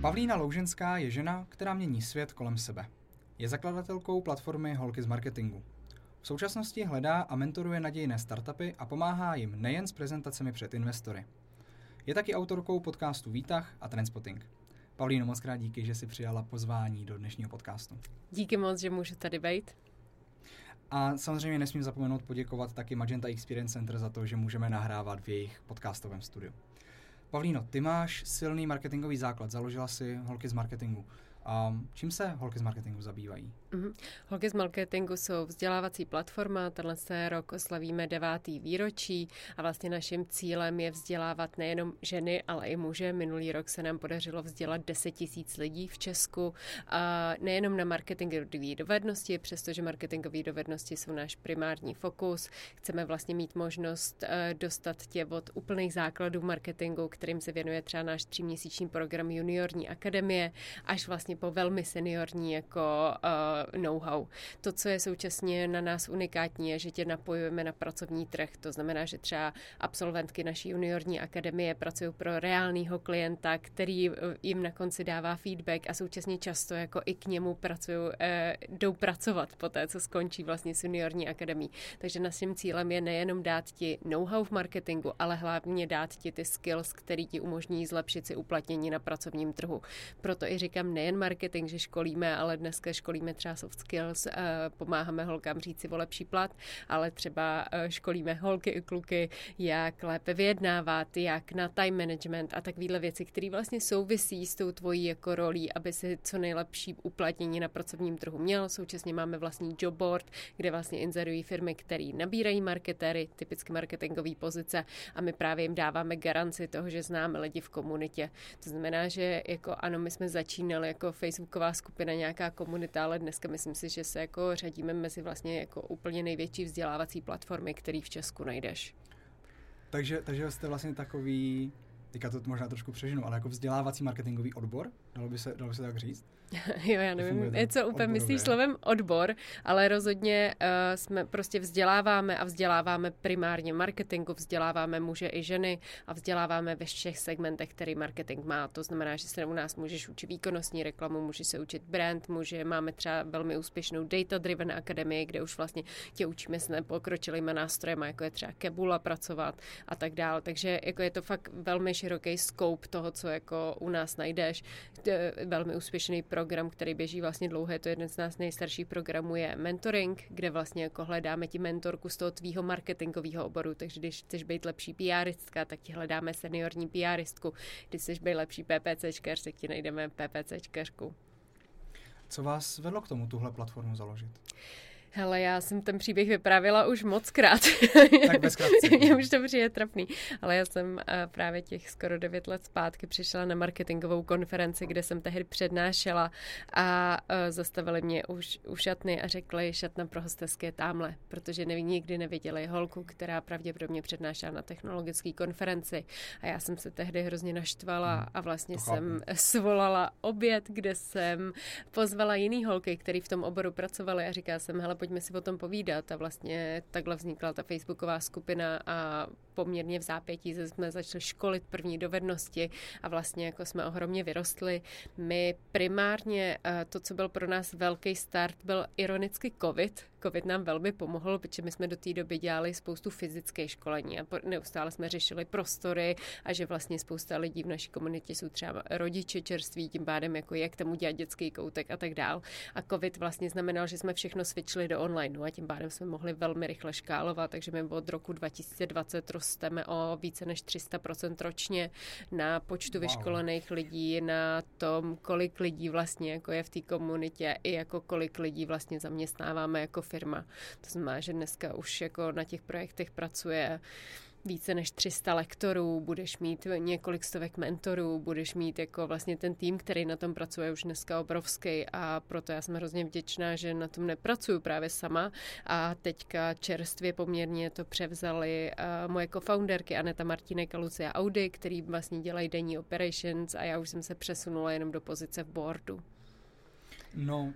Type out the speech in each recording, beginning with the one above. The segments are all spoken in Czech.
Pavlína Louženská je žena, která mění svět kolem sebe. Je zakladatelkou platformy Holky z marketingu. V současnosti hledá a mentoruje nadějné startupy a pomáhá jim nejen s prezentacemi před investory. Je taky autorkou podcastu Výtah a Trendspotting. Pavlíno, moc krát díky, že jsi přijala pozvání do dnešního podcastu. Díky moc, že můžu tady být. A samozřejmě nesmím zapomenout poděkovat taky Magenta Experience Center za to, že můžeme nahrávat v jejich podcastovém studiu. Pavlíno, ty máš silný marketingový základ, založila si Holky z marketingu. Čím se Holky z marketingu zabývají? Holky z marketingu jsou vzdělávací platforma, tenhle rok oslavíme 9. výročí a vlastně naším cílem je vzdělávat nejenom ženy, ale i muže. Minulý rok se nám podařilo vzdělat 10 000 lidí v Česku a nejenom na marketingové dovednosti, přestože marketingové dovednosti jsou náš primární fokus. Chceme vlastně mít možnost dostat tě od úplných základů marketingu, kterým se věnuje třeba náš 3měsíční program Juniorní akademie, až vlastně po velmi seniorní jako know-how. To, co je současně na nás unikátní, je, že tě napojujeme na pracovní trh. To znamená, že třeba absolventky naší juniorní akademie pracují pro reálného klienta, který jim na konci dává feedback a současně často jako i k němu jdou pracovat po té, co skončí vlastně s juniorní akademií. Takže naším cílem je nejenom dát ti know-how v marketingu, ale hlavně dát ti ty skills, který ti umožní zlepšit si uplatnění na pracovním trhu. Proto i říkám nejen marketing, že školíme, ale dneska školíme třeba soft skills, pomáháme holkám říct si o lepší plat, ale třeba školíme holky i kluky, jak lépe vyjednávat, jak na time management a takovéhle věci, které vlastně souvisí s tou tvojí jako rolí, aby si co nejlepší uplatnění na pracovním trhu měl. Současně máme vlastní job board, kde vlastně inzerují firmy, které nabírají marketéry, typicky marketingové pozice a my právě jim dáváme garanci toho, že známe lidi v komunitě. To znamená, že jako ano, my jsme začínali jako facebooková skupina, nějaká komunita, ale dneska myslím si, že se jako řadíme mezi vlastně jako úplně největší vzdělávací platformy, který v Česku najdeš. Takže jste vlastně takový, teďka to možná trošku přeženu, ale jako vzdělávací marketingový odbor, dalo by se tak říct? Jo, já nevím, co úplně myslíš slovem odbor, ale rozhodně jsme prostě vzděláváme primárně marketingu, vzděláváme muže i ženy a vzděláváme ve všech segmentech, který marketing má. To znamená, že se u nás můžeš učit výkonnostní reklamu, můžeš se učit brand, máme třeba velmi úspěšnou data-driven akademii, kde už vlastně tě učíme s nepokročilými nástrojemi, jako je třeba Kebula pracovat a tak dále. Takže jako je to fakt velmi široký scope toho, co jako u nás najdeš. Velmi úspěšný program, který běží vlastně dlouhé, to je jeden z nás nejstarších programů, je mentoring, kde vlastně jako hledáme ti mentorku z toho tvýho marketingového oboru, takže když chceš být lepší PRistka, tak ti hledáme seniorní PRistku, když chceš být lepší PPCčkař, tak ti najdeme PPCčkařku. Co vás vedlo k tomu tuhle platformu založit? Hele, já jsem ten příběh vyprávěla už mockrát. Tak bezkrátce. Mně už to přijde trapný. Ale já jsem právě těch skoro 9 let zpátky přišla na marketingovou konferenci, kde jsem tehdy přednášela a zastavili mě u šatny a řekli, šatna pro hostesky je támhle, protože nikdy neviděli holku, která pravděpodobně přednášela na technologické konferenci. A já jsem se tehdy hrozně naštvala a vlastně jsem svolala oběd, kde jsem pozvala jiný holky, který v tom oboru pracovali a říkala jsem, hele, pojďme si o tom povídat a vlastně takhle vznikla ta facebooková skupina a poměrně v zápětí jsme začali školit první dovednosti a vlastně jako jsme ohromně vyrostli. My primárně to, co byl pro nás velký start, byl ironicky COVID. COVID nám velmi pomohl, protože my jsme do té doby dělali spoustu fyzické školení a neustále jsme řešili prostory a že vlastně spousta lidí v naší komunitě jsou třeba rodiče čerství, tím pádem jako jak tam udělat dětský koutek a tak dál. A COVID vlastně znamenal, že jsme všechno switchli do online a tím pádem jsme mohli velmi rychle škálovat, takže my od roku 2020 rosteme o více než 300% ročně na počtu vyškolených lidí, na tom, kolik lidí vlastně jako je v té komunitě i jako kolik lidí vlastně zaměstnáváme jako firma. To znamená, že dneska už jako na těch projektech pracuje více než 300 lektorů, budeš mít několik stovek mentorů, budeš mít jako vlastně ten tým, který na tom pracuje už dneska obrovský a proto já jsem hrozně vděčná, že na tom nepracuju právě sama a teďka čerstvě poměrně to převzali moje co-founderky Aneta Martínek a Lucia Audi, který vlastně dělají denní operations a já už jsem se přesunula jenom do pozice v boardu. No,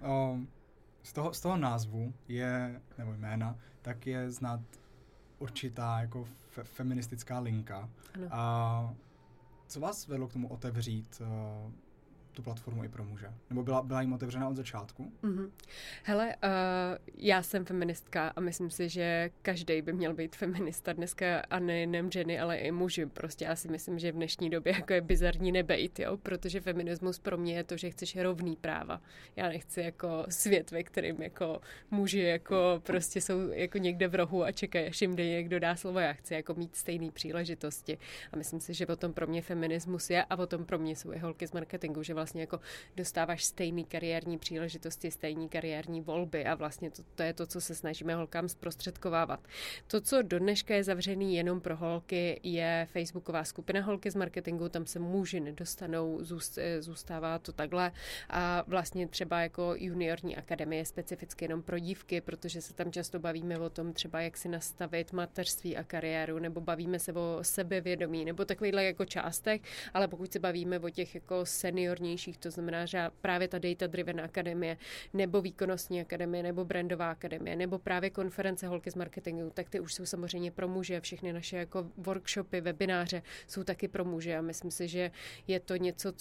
z toho názvu je, nebo jména, tak je znát určitá jako feministická linka. Ano. A co vás vedlo k tomu otevřít tu platformu i pro muže? Nebo byla jim otevřena od začátku? Mm-hmm. Hele, já jsem feministka a myslím si, že každý by měl být feminista dneska a nejenom ženy, ale i muži. Prostě já si myslím, že v dnešní době jako je bizarní nebejt, jo? Protože feminismus pro mě je to, že chceš rovný práva. Já nechci jako svět, ve kterým jako muži jako prostě jsou jako někde v rohu a čekají, až jim někdo dá slovo. Já chci jako mít stejné příležitosti. A myslím si, že o tom pro mě feminismus je a o tom pro mě jsou i holky z marketingu, že vlastně jako dostáváš stejný kariérní příležitosti, stejný kariérní volby a vlastně to je to, co se snažíme holkám zprostředkovávat. To, co do dneška je zavřený jenom pro holky, je facebooková skupina Holky z marketingu, tam se muži nedostanou, zůstává to takhle a vlastně třeba jako juniorní akademie specificky jenom pro dívky, protože se tam často bavíme o tom třeba, jak si nastavit mateřství a kariéru, nebo bavíme se o sebevědomí, nebo takovýhle jako částech, ale pokud se bavíme o těch jako seniornějších, to znamená, že právě ta Data Driven akademie, nebo výkonnostní akademie, nebo brandová akademie, nebo právě konference Holky z marketingu, tak ty už jsou samozřejmě pro muže, všechny naše jako workshopy, webináře jsou taky pro muže a myslím si, že je to něco,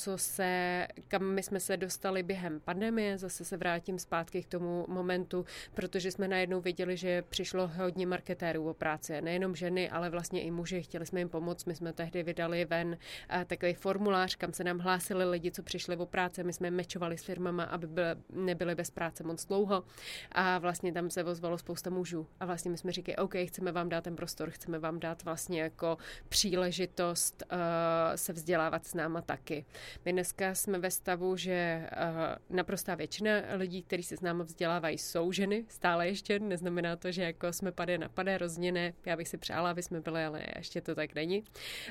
kam my jsme se dostali během pandemie, zase se vrátím zpátky k tomu momentu, protože jsme najednou viděli, že přišlo hodně marketérů o práci, nejenom ženy, ale vlastně i muži, chtěli jsme jim pomoct, my jsme tehdy vydali ven takový formulář, kam se nám hlásili lidi, co přišli o práci, my jsme mečovali s firmama, aby nebyli bez práce moc dlouho a vlastně tam se ozvalo spousta mužů a vlastně my jsme říkali, OK, chceme vám dát ten prostor, chceme vám dát vlastně jako příležitost se vzdělávat s náma taky. My dneska jsme ve stavu, že naprostá většina lidí, kteří se s náma vzdělávají, jsou ženy, stále ještě, neznamená to, že jako jsme pade na pade, rozhodně ne, já bych si přála, aby jsme byli, ale ještě to tak není.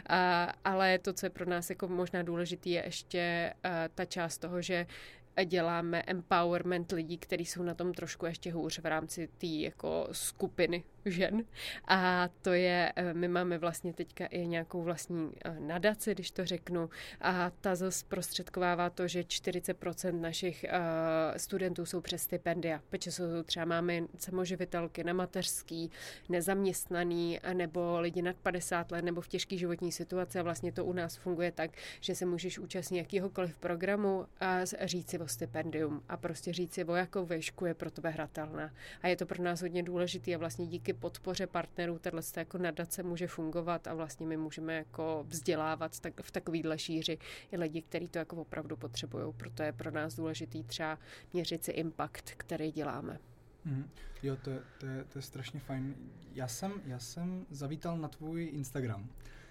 Ale to, co je pro nás jako možná důležitý, je ještě ta část toho, že děláme empowerment lidí, kteří jsou na tom trošku ještě hůř v rámci té jako skupiny žen. A to je, my máme vlastně teďka i nějakou vlastní nadaci, když to řeknu, a ta zase prostředkovává to, že 40% našich studentů jsou přes stipendia, protože jsou třeba máme samoživitelky na mateřský, nezaměstnaný, nebo lidi nad 50 let, nebo v těžké životní situaci a vlastně to u nás funguje tak, že se můžeš účastnit jakýhokoliv programu a říct si o stipendium a prostě říct si, o jakou výšku je pro tebe hratelná. A je to pro nás hodně důležitý a vlastně díky podpoře partnerů tato jako nadace může fungovat a vlastně my můžeme jako vzdělávat v takovýhle šíři i lidi, kteří to jako opravdu potřebují. Proto je pro nás důležitý třeba měřit si impact, který děláme. Jo, to je strašně fajn. Já jsem zavítal na tvůj Instagram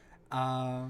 a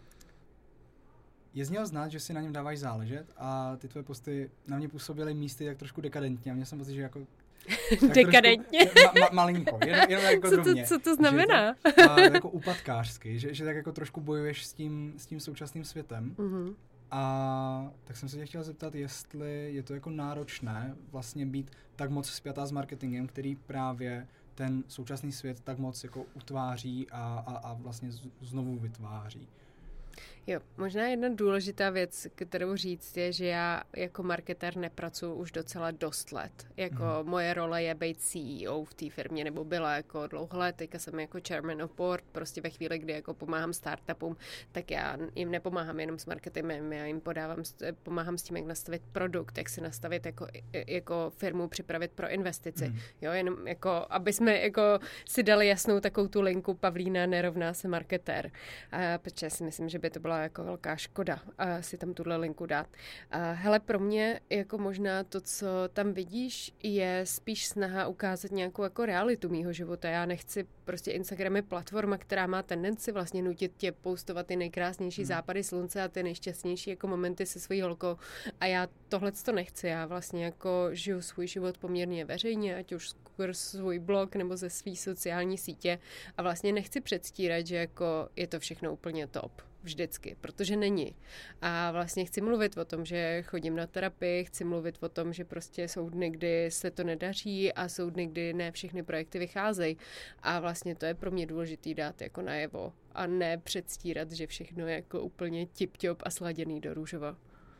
je z něho znát, že si na něm dáváš záležet a ty tvoje posty na mě působily místy tak trošku dekadentně a měl jsem pocit, že jako dekadentně? Malinko, jenom jako drobně. Co to znamená? Jako úpadkářsky, že tak jako trošku bojuješ s tím současným světem. Mm-hmm. A tak jsem se tě chtěl zeptat, jestli je to jako náročné vlastně být tak moc spjatá s marketingem, který právě ten současný svět tak moc jako utváří a vlastně znovu vytváří. Jo, možná jedna důležitá věc, kterou říct, je, že já jako marketér nepracuji už docela dost let. Jako moje role je být CEO v té firmě, nebo byla jako dlouho let, teďka jsem jako chairman of board, prostě ve chvíli, kdy jako pomáhám startupům, tak já jim nepomáhám jenom s marketingem, já jim pomáhám s tím, jak nastavit produkt, jak si nastavit jako firmu, připravit pro investici. Jo, jenom jako, aby jsme jako si dali jasnou takovou tu linku Pavlína nerovná se marketér. Protože si myslím, že by to byla jako velká škoda si tam tuhle linku dát. Hele, pro mě jako možná to, co tam vidíš, je spíš snaha ukázat nějakou jako realitu mýho života. Já nechci, prostě Instagram je platforma, která má tendenci vlastně nutit tě postovat ty nejkrásnější západy slunce a ty nejšťastnější jako momenty se svojí holkou. A já tohleto nechci. Já vlastně jako žiju svůj život poměrně veřejně, ať už skrz svůj blog nebo ze svý sociální sítě a vlastně nechci předstírat, že jako je to všechno úplně top. Vždycky, protože není. A vlastně chci mluvit o tom, že chodím na terapii, chci mluvit o tom, že prostě jsou dny, kdy se to nedaří a jsou dny, kdy ne všechny projekty vycházejí. A vlastně to je pro mě důležitý dát jako najevo a ne předstírat, že všechno je jako úplně tip-top a sladěný do růžova.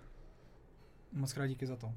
Moc krát díky za to.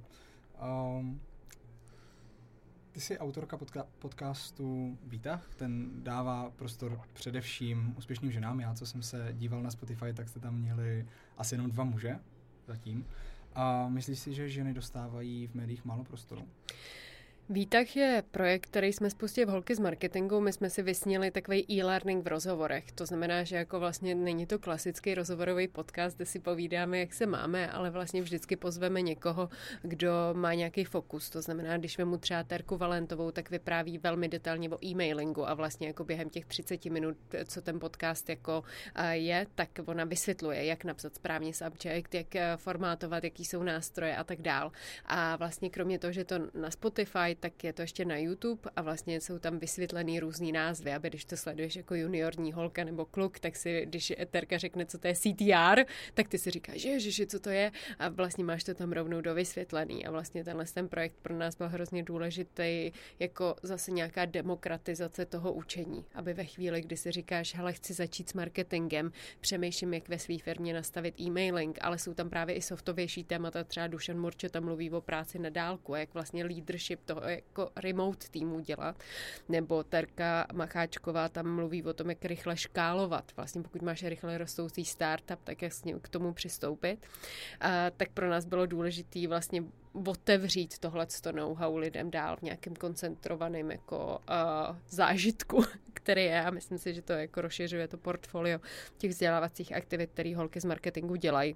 Ty jsi autorka podcastu Výtah, ten dává prostor především úspěšným ženám. Já, co jsem se díval na Spotify, tak jste tam měli asi jenom 2 muže zatím. A myslíš si, že ženy dostávají v médiích málo prostoru? Výtah je projekt, který jsme spustili v Holky z marketingu. My jsme si vysnili takový e-learning v rozhovorech. To znamená, že jako vlastně není to klasický rozhovorový podcast, kde si povídáme, jak se máme, ale vlastně vždycky pozveme někoho, kdo má nějaký fokus. To znamená, když vemu třeba Terku Valentovou, tak vypráví velmi detailně o e-mailingu a vlastně jako během těch 30 minut, co ten podcast jako je, tak ona vysvětluje, jak napsat správně subject, jak formátovat, jaký jsou nástroje a tak dál. A vlastně kromě toho, že to na Spotify, tak je to ještě na YouTube a vlastně jsou tam vysvětlený různý názvy, aby když to sleduješ jako juniorní holka nebo kluk, tak si, když Terka řekne, co to je CTR, tak ty si říkáš, ježiši, co to je a vlastně máš to tam rovnou dovysvětlený a vlastně ten projekt pro nás byl hrozně důležitý jako zase nějaká demokratizace toho učení, aby ve chvíli, kdy si říkáš, hele, chci začít s marketingem, přemýšlím, jak ve své firmě nastavit e-mailing, ale jsou tam právě i softovější témata, třeba Dušan Murčo tam mluví o práci na dálku, jak vlastně leadership toho jako remote týmu dělat, nebo Terka Macháčková tam mluví o tom, jak rychle škálovat. Vlastně pokud máš rychle rostoucí startup, tak jak k tomu přistoupit. Tak pro nás bylo důležité vlastně otevřít tohleto know-how lidem dál v nějakém koncentrovaném jako zážitku, který je, a myslím si, že to jako rozšiřuje to portfolio těch vzdělávacích aktivit, které holky z marketingu dělají.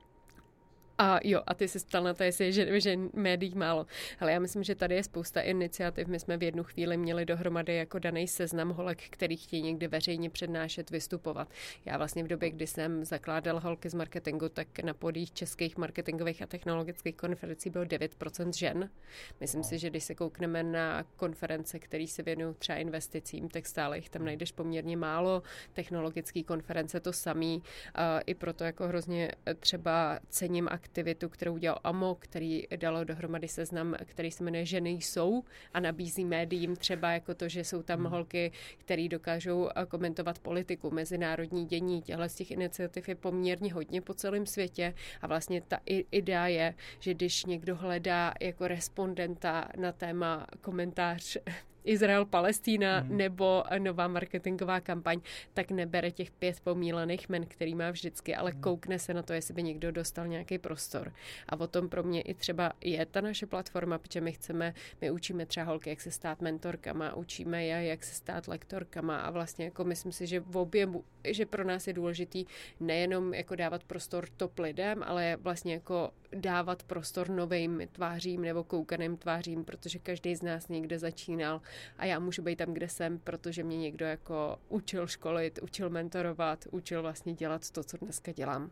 A jo, a ty jsi ptal na to, jestli že médií málo. Ale já myslím, že tady je spousta iniciativ. My jsme v jednu chvíli měli dohromady jako daný seznam holek, který chtějí někde veřejně přednášet, vystupovat. Já vlastně v době, kdy jsem zakládala Holky z marketingu, tak na podích českých marketingových a technologických konferencí bylo 9% žen. Myslím si, že když se koukneme na konference, které se věnují třeba investicím, tak stále jich tam najdeš poměrně málo. Technologické konference to samý. I proto jako hrozně třeba cením aktivitu, kterou udělal AMO, který dalo dohromady seznam, který se jmenuje Ženy jsou a nabízí médiím třeba jako to, že jsou tam holky, které dokážou komentovat politiku, mezinárodní dění. Těchto z těch iniciativ je poměrně hodně po celém světě a vlastně ta idea je, že když někdo hledá jako respondenta na téma komentář Izrael-Palestína nebo nová marketingová kampaň, tak nebere těch 5 pomílených men, který má vždycky, ale koukne se na to, jestli by někdo dostal nějaký prostor. A o tom pro mě i třeba je ta naše platforma, protože my učíme třeba holky, jak se stát mentorkama, učíme je, jak se stát lektorkama a vlastně jako myslím si, že v objemu, že pro nás je důležitý nejenom jako dávat prostor top lidem, ale vlastně jako dávat prostor novým tvářím nebo koukaným tvářím, protože každý z nás někde začínal a já můžu být tam, kde jsem, protože mě někdo jako učil školit, učil mentorovat, učil vlastně dělat to, co dneska dělám.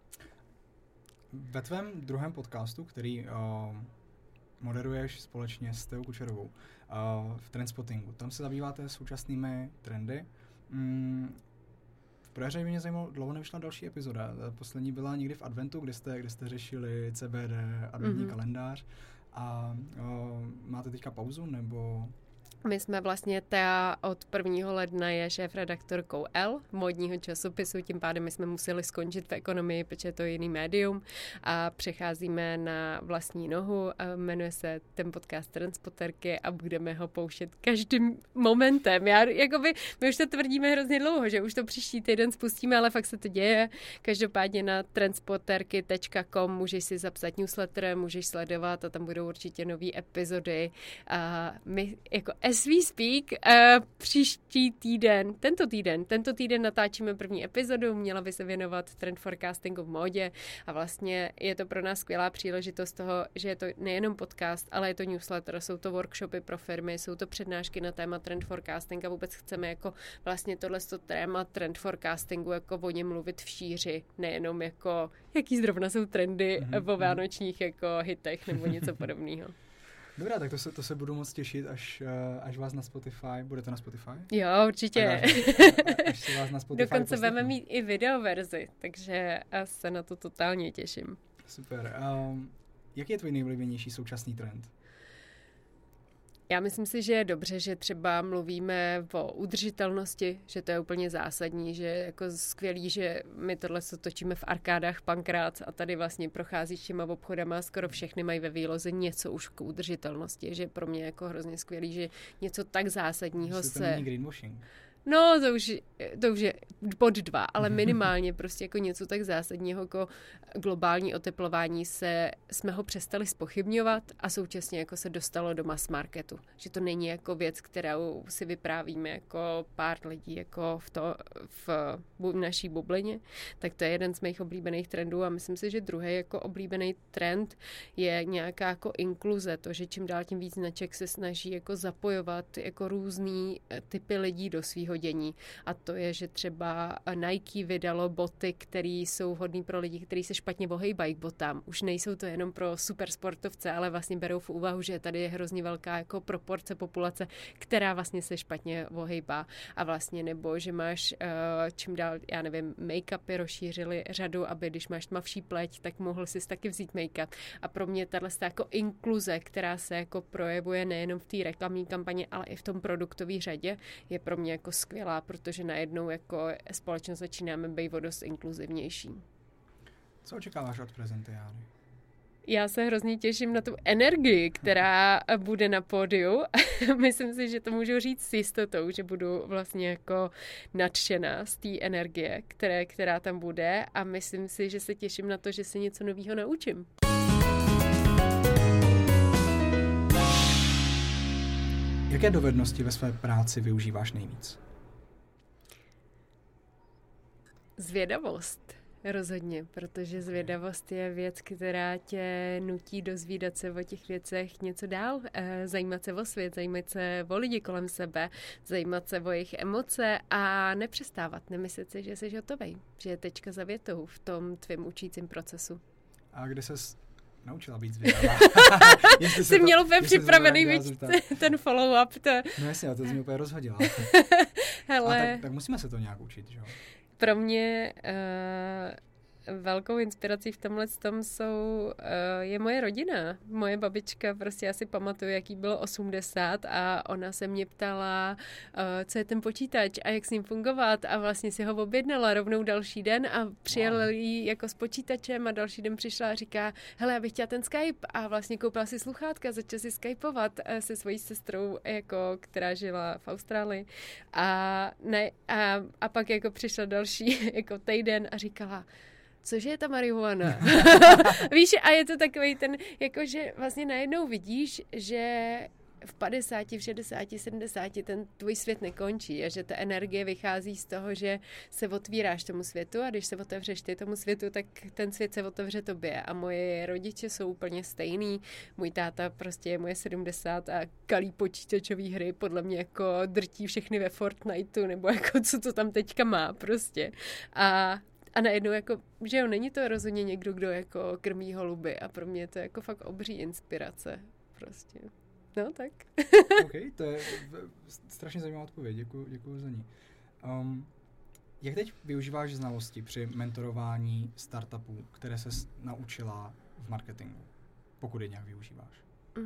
Ve tvém druhém podcastu, který moderuješ společně s Teou Kučerovou v Trendspottingu, tam se zabýváte současnými trendy. V prvé řadě mě zajímalo, dlouho nevyšla další epizoda. Poslední byla někdy v adventu, kde jste řešili CBD, adventní kalendář. A máte teďka pauzu, nebo... My jsme vlastně Tea od 1. ledna je šéfredaktorkou L, modního časopisu, tím pádem my jsme museli skončit v ekonomii, protože to je jiný médium a přecházíme na vlastní nohu. Jmenuje se ten podcast Trendspotterky a budeme ho pouštět každým momentem. My už to tvrdíme hrozně dlouho, že už to příští týden spustíme, ale fakt se to děje. Každopádně na trendspotterky.com můžeš si zapsat newsletter, můžeš sledovat a tam budou určitě nový epizody. My jako as we speak, příští týden, tento týden natáčíme první epizodu, měla by se věnovat trend forecastingu v módě a vlastně je to pro nás skvělá příležitost toho, že je to nejenom podcast, ale je to newsletter, jsou to workshopy pro firmy, jsou to přednášky na téma trend forecasting a vůbec chceme jako vlastně tohleto téma trend forecastingu jako o něm mluvit v šíři, nejenom jako jaký zrovna jsou trendy po vánočních jako hitech nebo něco podobného. Dobrá, tak to se budu moc těšit, až vás na Spotify, bude to na Spotify? Jo, určitě. Až se vás na Spotify dokonce budeme mít i videoverzi, takže se na to totálně těším. Super. Jaký je tvůj nejoblíbenější současný trend? Já myslím si, že je dobře, že třeba mluvíme o udržitelnosti, že to je úplně zásadní, že je jako skvělý, že my tohle točíme v arkádách Pankrác a tady vlastně procházíš těma obchodama, skoro všechny mají ve výloze něco už k udržitelnosti, že pro mě jako hrozně skvělý, že něco tak zásadního to není greenwashing. No, to už je bod 2, ale minimálně prostě jako něco tak zásadního jako globální oteplování jsme ho přestali zpochybňovat a současně jako se dostalo do mass marketu. Že to není jako věc, kterou si vyprávíme jako pár lidí jako v naší bublině, tak to je jeden z mých oblíbených trendů a myslím si, že druhý jako oblíbený trend je nějaká jako inkluze, to, že čím dál tím víc značek se snaží jako zapojovat jako různý typy lidí do svýho dění. A to je, že třeba Nike vydalo boty, které jsou vhodné pro lidi, kteří se špatně ohejbají k botám. Už nejsou to jenom pro supersportovce, ale vlastně berou v úvahu, že tady je hrozně velká jako proporce populace, která vlastně se špatně ohejbá. A vlastně nebo, že máš čím dál, já nevím, make-upy rozšířili řadu, aby když máš tmavší pleť, tak mohl si taky vzít make-up. A pro mě tahle jako inkluze, která se jako projevuje nejenom v té reklamní kampani, ale i v tom produktové řadě, je pro mě jako skvělá, protože najednou jako společnost začínáme být o dost inkluzivnější. Co očekáváš od prezentiády? Já se hrozně těším na tu energii, která bude na pódiu. Myslím si, že to můžu říct s jistotou, že budu vlastně jako nadšená z té energie, která tam bude a myslím si, že se těším na to, že se něco nového naučím. Jaké dovednosti ve své práci využíváš nejvíc? Zvědavost. Rozhodně, protože zvědavost je věc, která tě nutí dozvídat se o těch věcech něco dál, zajímat se o svět, zajímat se o lidi kolem sebe, zajímat se o jejich emoce a nepřestávat, nemyslet si, že jsi hotovej, že je tečka za větou v tom tvém učícím procesu. A kde ses naučila být zvědavá? Jsi měl úplně připravený ten follow-up. No jasně, to jsi mě úplně rozhodila. Hele. Tak musíme se to nějak učit, že jo? Pro mě velkou inspirací v tomhle je moje rodina. Moje babička, prostě já si pamatuju, jaký bylo 80 a ona se mě ptala, co je ten počítač a jak s ním fungovat a vlastně si ho objednala rovnou další den a přijel jí jako s počítačem a další den přišla a říká, hele, já bych chtěla ten Skype a vlastně koupila si sluchátka, začala si skypovat se svojí sestrou, jako, která žila v Austrálii a pak jako přišel další jako týden a říkala, cože je ta marihuana? Víš, a je to takový ten, jakože vlastně najednou vidíš, že v 50, v 60, 70 ten tvůj svět nekončí a že ta energie vychází z toho, že se otvíráš tomu světu a když se otevřeš ty tomu světu, tak ten svět se otevře tobě a moje rodiče jsou úplně stejný. Můj táta prostě je moje 70 a kalí počítačový hry, podle mě jako drtí všechny ve Fortniteu nebo jako co to tam teďka má prostě. A najednou jako, že jo, není to rozhodně někdo, kdo jako krmí holuby a pro mě je to jako fakt obří inspirace prostě. No tak. OK, to je strašně zajímavá odpověď, děkuji za ní. Jak teď využíváš znalosti při mentorování startupů, které ses naučila v marketingu, pokud je nějak využíváš?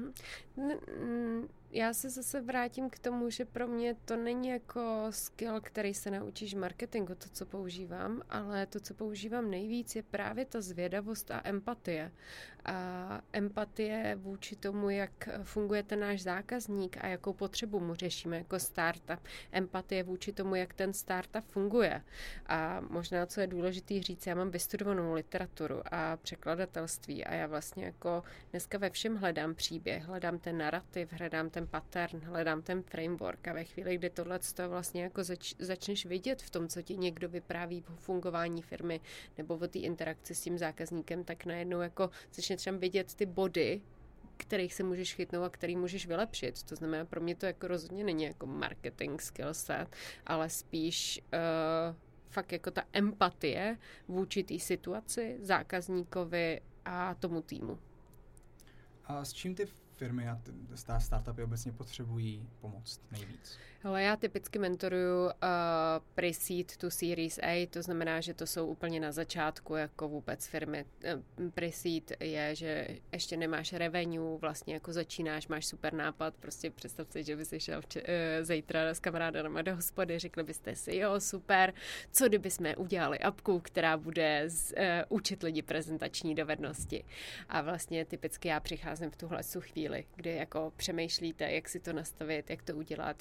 Já se zase vrátím k tomu, že pro mě to není jako skill, který se naučíš v marketingu, to, co používám, ale to, co používám nejvíc, je právě ta zvědavost a empatie. A empatie vůči tomu, jak funguje ten náš zákazník a jakou potřebu mu řešíme jako startup. Empatie vůči tomu, jak ten startup funguje. A možná, co je důležité říct, já mám vystudovanou literaturu a překladatelství a já vlastně jako dneska ve všem hledám příběh, hledám ten narrativ, hledám ten pattern, hledám ten framework a ve chvíli, kdy tohleto vlastně jako začneš vidět v tom, co ti někdo vypráví o fungování firmy nebo o té interakci s tím zákazníkem, tak najednou jako začneš tam vidět ty body, kterých se můžeš chytnout a který můžeš vylepšit. To znamená, pro mě to jako rozhodně není jako marketing skill set, ale spíš fakt jako ta empatie vůči té situaci, zákazníkovi a tomu týmu. A s čím ty firmy a startupy obecně potřebují pomoct nejvíc? Hele, já typicky mentoruju pre-seed to Series A, to znamená, že to jsou úplně na začátku jako vůbec firmy. Pre-seed je, že ještě nemáš revenue, vlastně jako začínáš, máš super nápad, prostě představ si, že bys šel zítra s kamarádama do hospody, řekli byste si, jo, super, co kdyby jsme udělali apku, která bude učit lidi prezentační dovednosti. A vlastně typicky já přicházím v tuhle chvíli, kdy jako přemýšlíte, jak si to nastavit, jak to udělat, jak správně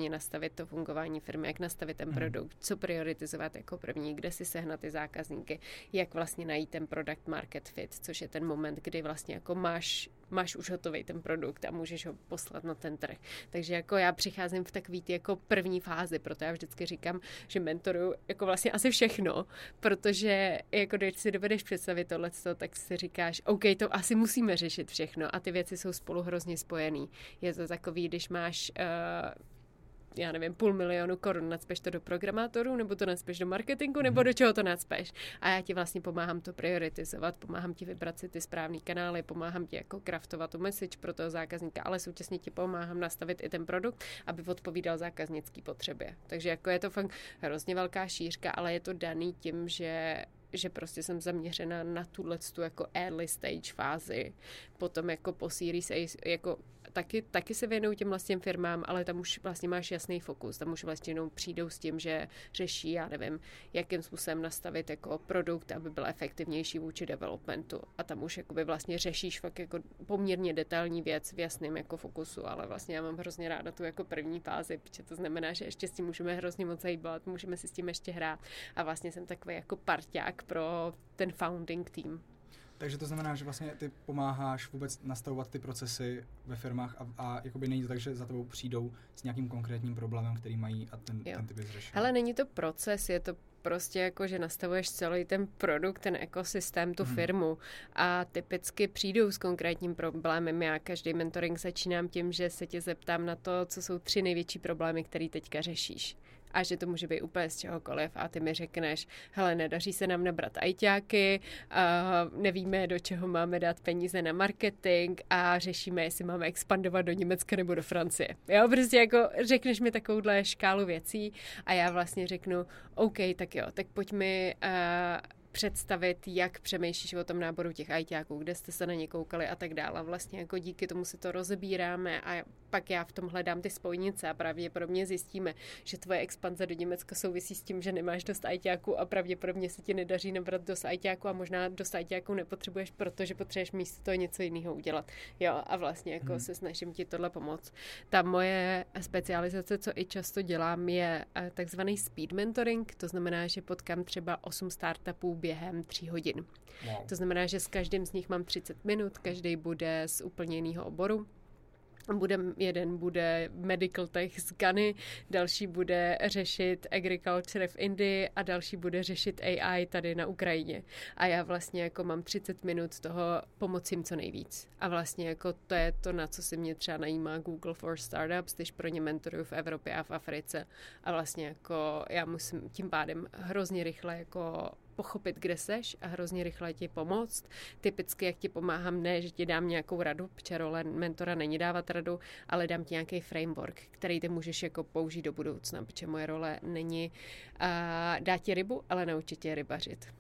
prvně nastavit to fungování firmy, jak nastavit ten produkt, co prioritizovat jako první, kde si sehnat ty zákazníky, jak vlastně najít ten product market fit, což je ten moment, kdy vlastně jako máš už hotový ten produkt a můžeš ho poslat na ten trh. Takže jako já přicházím v takový ty jako první fázi, proto já vždycky říkám, že mentoruju jako vlastně asi všechno, protože jako když si dovedeš představit tohleto, tak si říkáš, OK, to asi musíme řešit všechno a ty věci jsou spolu hrozně spojený. Je to takový, když máš já nevím, 500 000 korun, nacpeš to do programátorů, nebo to nacpeš do marketingu, nebo do čeho to nacpeš. A já ti vlastně pomáhám to prioritizovat, pomáhám ti vybrat si ty správný kanály, pomáhám ti jako craftovat tu message pro toho zákazníka, ale současně ti pomáhám nastavit i ten produkt, aby odpovídal zákaznický potřebě. Takže jako je to fakt hrozně velká šířka, ale je to daný tím, že prostě jsem zaměřena na tuhletu jako early stage fázi. Potom jako po Series A, jako taky se věnuju těm vlastně firmám, ale tam už vlastně máš jasný fokus. Tam už vlastně jenom přijdou s tím, že řeší, já nevím, jakým způsobem nastavit jako produkt, aby byl efektivnější vůči developmentu. A tam už jakoby vlastně řešíš fakt jako poměrně detailní věc v jasném jako fokusu, ale vlastně já mám hrozně ráda tu jako první fázi, protože to znamená, že ještě s tím můžeme hrozně moc hýbat, můžeme si s tím ještě hrát a vlastně jsem takový jako parťák pro ten founding team. Takže to znamená, že vlastně ty pomáháš vůbec nastavovat ty procesy ve firmách a jakoby není to tak, že za tebou přijdou s nějakým konkrétním problémem, který mají a ten ty bys řešil. Ale není to proces, je to prostě jako, že nastavuješ celý ten produkt, ten ekosystém, tu firmu a typicky přijdou s konkrétním problémem. Já každý mentoring začínám tím, že se tě zeptám na to, co jsou 3 největší problémy, které teďka řešíš. A že to může být úplně z čehokoliv a ty mi řekneš, hele, nedaří se nám nabrat ajťáky, nevíme, do čeho máme dát peníze na marketing a řešíme, jestli máme expandovat do Německa nebo do Francie. Jo, prostě jako řekneš mi takovouhle škálu věcí a já vlastně řeknu, OK, tak jo, tak pojď mi představit, jak přemýšlíš o tom náboru těch ajťáků, kde jste se na ně koukali a tak dále. Vlastně jako díky tomu si to rozebíráme a pak já v tom hledám ty spojnice a pravděpodobně zjistíme, že tvoje expanze do Německa souvisí s tím, že nemáš dost ajťáků a pravděpodobně se ti nedaří nabrat dost ajťáků a možná dost ajťáků nepotřebuješ, protože potřebuješ místo toho něco jiného udělat. Jo, a vlastně jako se snažím ti tohle pomoct. Ta moje specializace, co i často dělám, je takzvaný speed mentoring, to znamená, že potkám třeba 8 startupů během 3 hodin. Wow. To znamená, že s každým z nich mám 30 minut, každý bude z úplně jiného oboru. Jeden bude medical tech z Ghany, další bude řešit agriculture v Indii a další bude řešit AI tady na Ukrajině. A já vlastně jako mám 30 minut toho pomoci jim co nejvíc. A vlastně jako to je to, na co si mě třeba najímá Google for Startups, když pro ně mentoruju v Evropě a v Africe. A vlastně jako já musím tím pádem hrozně rychle jako pochopit, kde seš a hrozně rychle ti pomoct. Typicky, jak ti pomáhám, ne, že ti dám nějakou radu, protože role mentora není dávat radu, ale dám ti nějaký framework, který ty můžeš jako použít do budoucna, protože moje role není dát ti rybu, ale naučit tě rybařit.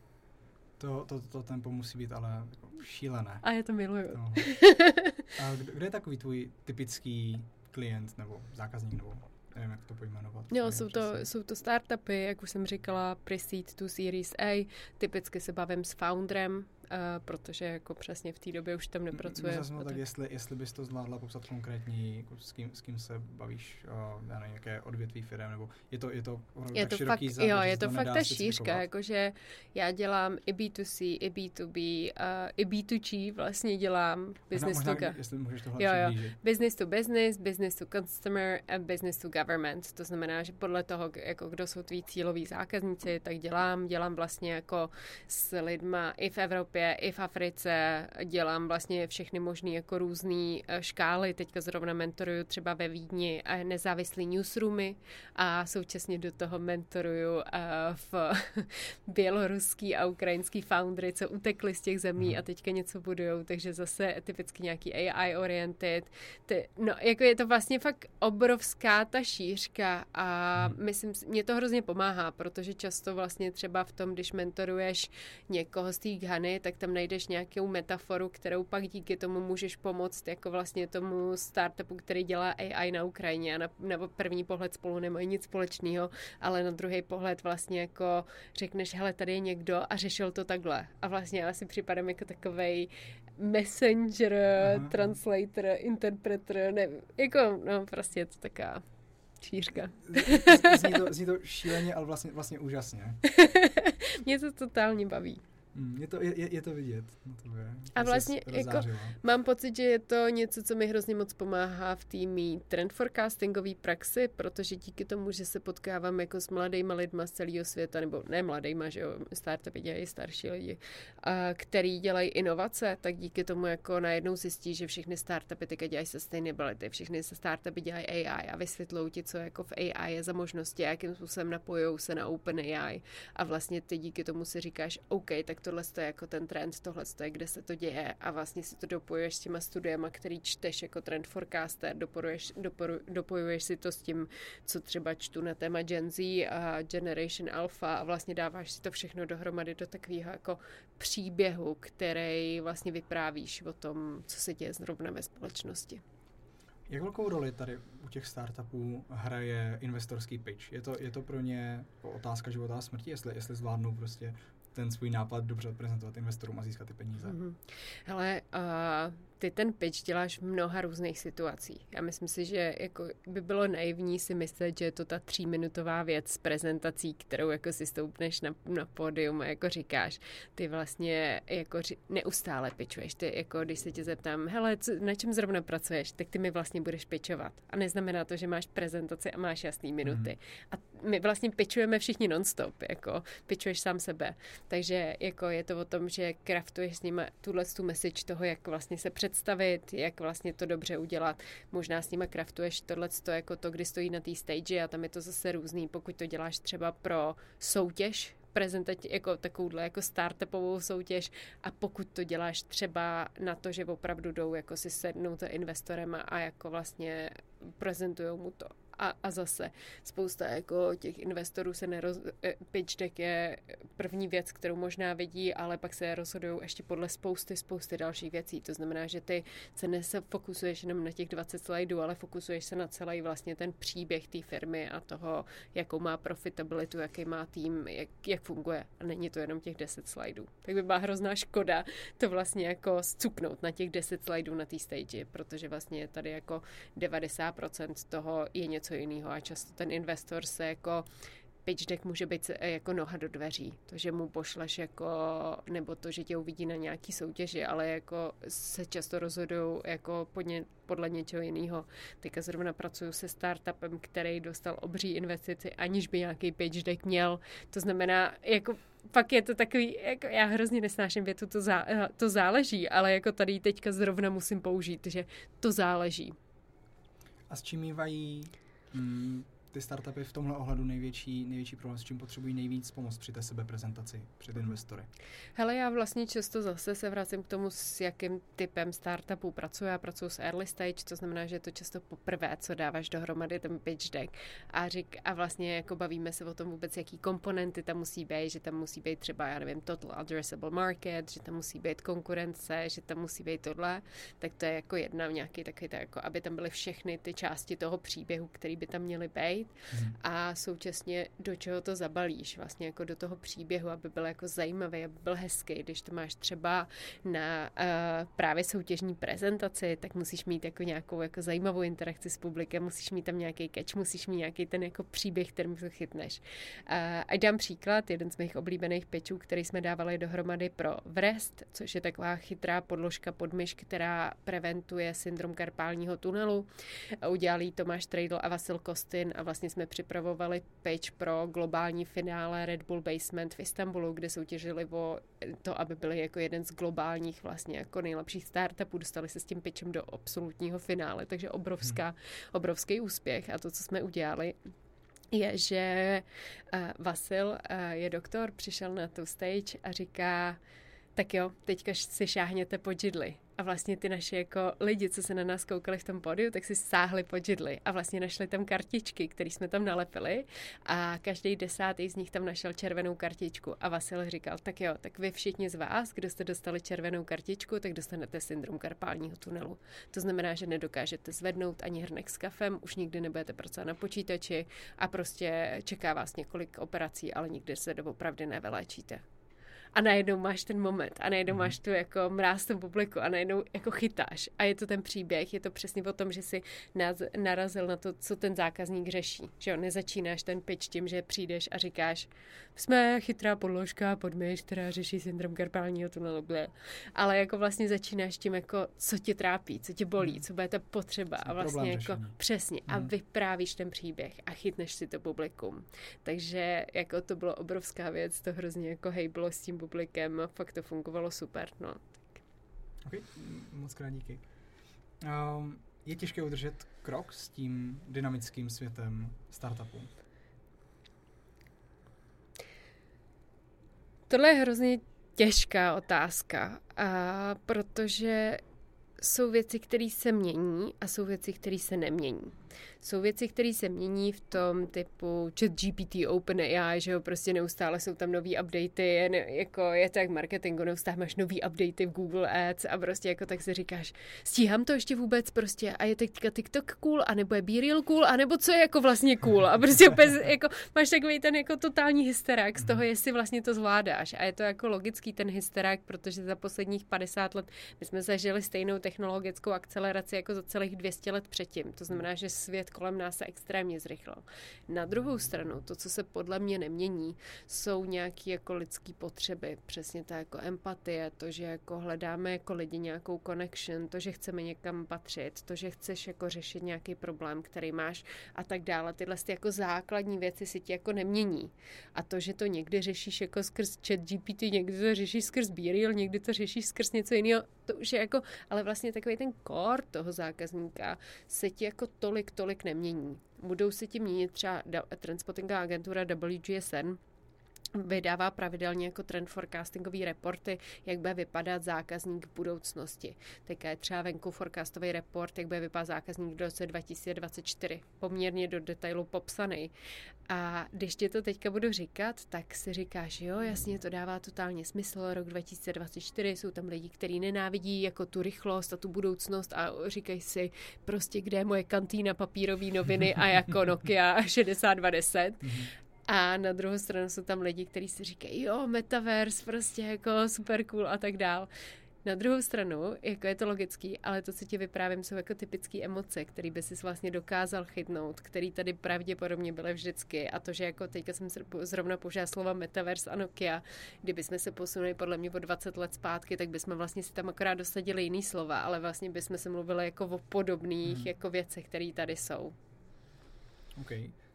To tempo musí být ale jako šílené. A já to miluju. No. A kdo je takový tvůj typický klient nebo zákazník nebo nevím, jak to pojmenovat. Jo, jsou to startupy, jak už jsem říkala, pre-seed to Series A. Typicky se bavím s founderem, protože jako přesně v té době už tam nepracuje. Tak jestli bys to zvládla popsat konkrétně, jako s kým se bavíš, já nevím, jaké odvětví firem, nebo je to tak široký závěr, jo, je to fakt ta šířka, jakože já dělám i B2C, i B2B, i B2G vlastně dělám. Jestli můžeš tohle přiblížit. Business to consumer a business to government. To znamená, že podle toho, jako kdo jsou tví cíloví zákazníci, tak dělám vlastně jako s lidma i v Evropě, i v Africe, dělám vlastně všechny možné jako různé škály. Teďka zrovna mentoruju třeba ve Vídni nezávislý newsroomy a současně do toho mentoruju v běloruský a ukrajinský foundry, co utekli z těch zemí a teďka něco budujou, takže zase typicky nějaký AI oriented. No, jako je to vlastně fakt obrovská ta šířka a myslím, mě to hrozně pomáhá, protože často vlastně třeba v tom, když mentoruješ někoho z té Ghany, tak tam najdeš nějakou metaforu, kterou pak díky tomu můžeš pomoct jako vlastně tomu startupu, který dělá AI na Ukrajině a na první pohled spolu nemají nic společného, ale na druhý pohled vlastně jako řekneš, hele, tady je někdo a řešil to takhle. A vlastně já si připadám jako takovej messenger, translator, interpreter, nevím, jako, no prostě je to taká Šířka. Zní to šíleně, ale vlastně úžasně. Mě to totálně baví. Je to vidět. A vlastně jako, mám pocit, že je to něco, co mi hrozně moc pomáhá v týmí trend forecastingové praxi, protože díky tomu, že se potkávám jako s mladýma lidma z celého světa, nebo ne mladýma, že jo, startupy dělají starší lidi, který dělají inovace, tak díky tomu jako najednou zjistí, že všechny startupy teďka dělají sustainability, všechny startupy dělají AI a vysvětlou ti, co jako v AI je za možnosti, jakým způsobem napojou se na OpenAI a vlastně ty díky tomu si říkáš, OK, tak tohle je jako ten trend, tohle je, kde se to děje a vlastně si to dopojuješ s těma studiema, který čteš jako trend forecaster, dopojuješ si to s tím, co třeba čtu na téma Gen Z a Generation Alpha a vlastně dáváš si to všechno dohromady do takového jako příběhu, který vlastně vyprávíš o tom, co se děje zrovna ve společnosti. Jak velkou roli tady u těch startupů hraje investorský pitch? Je to pro ně otázka života a smrti, jestli zvládnou prostě ten svůj nápad dobře odprezentovat investorům a získat ty peníze? Hele, ty ten pitch děláš v mnoha různých situacích. Já myslím si, že jako by bylo naivní si myslet, že je to ta 3minutová věc s prezentací, kterou jako si stoupneš na pódium a jako říkáš. Ty vlastně jako neustále pitchuješ. Ty jako když se tě zeptám, hele, na čem zrovna pracuješ, tak ty mi vlastně budeš pitchovat. A neznamená to, že máš prezentaci a máš jasný minuty. A my vlastně pitchujeme všichni non-stop, jako pitchuješ sám sebe. Takže jako je to o tom, že craftuješ s nima tu message toho, jak vlastně se představit, jak vlastně to dobře udělat. Možná s nima craftuješ tohleto jako to, kdy stojí na té stage a tam je to zase různý, pokud to děláš třeba pro soutěž, prezentaci jako takovouhle jako startupovou soutěž a pokud to děláš třeba na to, že opravdu jdou jako si sednout investorem a jako vlastně prezentujou mu to. A zase spousta jako těch investorů se pitch deck je první věc, kterou možná vidí, ale pak se rozhodují ještě podle spousty dalších věcí. To znamená, že ty se nefokusuješ jenom na těch 20 slajdů, ale fokusuješ se na celý vlastně ten příběh té firmy a toho, jakou má profitabilitu, jaký má tým, jak funguje. A není to jenom těch 10 slajdů. Tak by byla hrozná škoda to vlastně jako zcuknout na těch 10 slajdů na té stage, protože vlastně tady jako 90% toho je něco jiného a často ten investor se jako pitch deck může být jako noha do dveří. To, že mu pošleš jako, nebo to, že tě uvidí na nějaký soutěži, ale jako se často rozhodují jako podle něčeho jiného. Teďka zrovna pracuju se startupem, který dostal obří investici, aniž by nějaký pitch deck měl. To znamená, jako pak je to takový, jako já hrozně nesnáším větu, to záleží, ale jako tady teďka zrovna musím použít, že to záleží. A s čím mývají ty startupy v tomhle ohledu největší problém, s čím potřebují nejvíc pomoct při té sebeprezentaci před investory? Hele, já vlastně často zase se vracím k tomu, s jakým typem startupů pracuji. Já pracuji s early stage, to znamená, že je to často poprvé, co dáváš dohromady ten pitch deck. A vlastně jako bavíme se o tom vůbec, jaký komponenty tam musí být, že tam musí být třeba, já nevím, total addressable market, že tam musí být konkurence, že tam musí být tohle. Tak to je jako jedna nějaký takový, jako aby tam byly všechny ty části toho příběhu, který by tam měly být. A současně do čeho to zabalíš, vlastně jako do toho příběhu, aby byl jako zajímavý, aby byl hezký. Když to máš třeba na právě soutěžní prezentaci, tak musíš mít jako nějakou jako zajímavou interakci s publikem, musíš mít tam nějaký catch, musíš mít nějaký ten jako příběh, kterým to chytneš. A dám příklad, jeden z mých oblíbených pitchů, který jsme dávali dohromady pro Vrest, což je taková chytrá podložka pod myš, která preventuje syndrom karpálního tunelu. Udělali Tomáš Trejdl a Vasil Kostin a vlastně jsme připravovali pitch pro globální finále Red Bull Basement v Istanbulu, kde soutěžili o to, aby byli jako jeden z globálních vlastně jako nejlepších startupů. Dostali se s tím pitchem do absolutního finále, takže obrovský úspěch. A to, co jsme udělali, je, že Vasil je doktor, přišel na tu stage a říká, tak jo, teďka si šáhněte po židli. A vlastně ty naši jako lidi, co se na nás koukali v tom pódiu, tak si sáhli po židli a vlastně našli tam kartičky, které jsme tam nalepili a každý 10. z nich tam našel červenou kartičku a Vasil říkal, tak jo, tak vy všichni z vás, kdo jste dostali červenou kartičku, tak dostanete syndrom karpálního tunelu. To znamená, že nedokážete zvednout ani hrnek s kafem, už nikdy nebudete pracovat na počítači a prostě čeká vás několik operací, ale nikdy se doopravdy nevyléčíte. a najednou máš ten moment a najednou máš tu jako mráz tom publiku a najednou jako chytáš a je to ten příběh, je to přesně o tom, že si narazil na to, co ten zákazník řeší, že jo, nezačínáš ten pitch tím, že přijdeš a říkáš, jsme chytrá podložka pod myš, která řeší syndrom karpálního tunelu, ale jako vlastně začínáš tím jako, co tě trápí, co tě bolí, co bude ta potřeba a vlastně jako řešení. Přesně a vyprávíš ten příběh a chytneš si to publikum. Takže jako to bylo obrovská věc, to hrozně jako hejblo s tím publikem, fakt to fungovalo super, no. Ok, moc krát díky. Je těžké udržet krok s tím dynamickým světem startupů? Tohle je hrozně těžká otázka, protože jsou věci, které se mění a jsou věci, které se nemění. Jsou věci, které se mění v tom typu ChatGPT, OpenAI, že jo, prostě neustále jsou tam nový updaty, jako je to jak marketingu, neustále máš nový updaty v Google Ads a prostě jako tak si říkáš, stíhám to ještě vůbec prostě a je teďka TikTok cool, anebo je BeReal cool, anebo co je jako vlastně cool a prostě opět jako máš takový ten jako totální hysterák z toho, jestli vlastně to zvládáš a je to jako logický ten hysterák, protože za posledních 50 let my jsme zažili stejnou technologickou akceleraci jako za celých 200 let předtím, to znamená, že svět kolem nás se extrémně zrychlil. Na druhou stranu, to, co se podle mě nemění, jsou nějaké jako lidské potřeby. Přesně ta jako empatie, to, že jako hledáme jako lidi nějakou connection, to, že chceme někam patřit, to, že chceš jako řešit nějaký problém, který máš a tak dále. Tyhle jako základní věci si ti jako nemění. A to, že to někdy řešíš jako skrz ChatGPT, někdy to řešíš skrz BeReal, někdy to řešíš skrz něco jiného, to už je jako, ale vlastně takový ten core toho zákazníka se ti jako tolik nemění. Budou se ti měnit třeba trendspottingová agentura WGSN, vydává pravidelně jako trend forecastingový reporty, jak bude vypadat zákazník v budoucnosti. Teďka je třeba venku forecastový report, jak bude vypadat zákazník do roce 2024. Poměrně do detailu popsaný. A když ti to teďka budu říkat, tak si říkáš, jo, jasně, to dává totálně smysl, rok 2024, jsou tam lidi, kteří nenávidí jako tu rychlost a tu budoucnost a říkají si prostě, kde je moje kantýna papírový noviny a jako Nokia 6210. A na druhou stranu jsou tam lidi, kteří si říkají, jo, metaverse, prostě jako super cool a tak dál. Na druhou stranu, jako je to logický, ale to, co ti vyprávím, jsou jako typické emoce, které by si vlastně dokázal chytnout, které tady pravděpodobně byly vždycky. A to, že jako teďka jsem zrovna použila slova metaverse a Nokia, kdyby jsme se posunuli podle mě o 20 let zpátky, tak bychom vlastně si tam akorát dosadili jiný slova, ale vlastně bychom se mluvili jako o podobných jako věcech, které tady jsou. OK.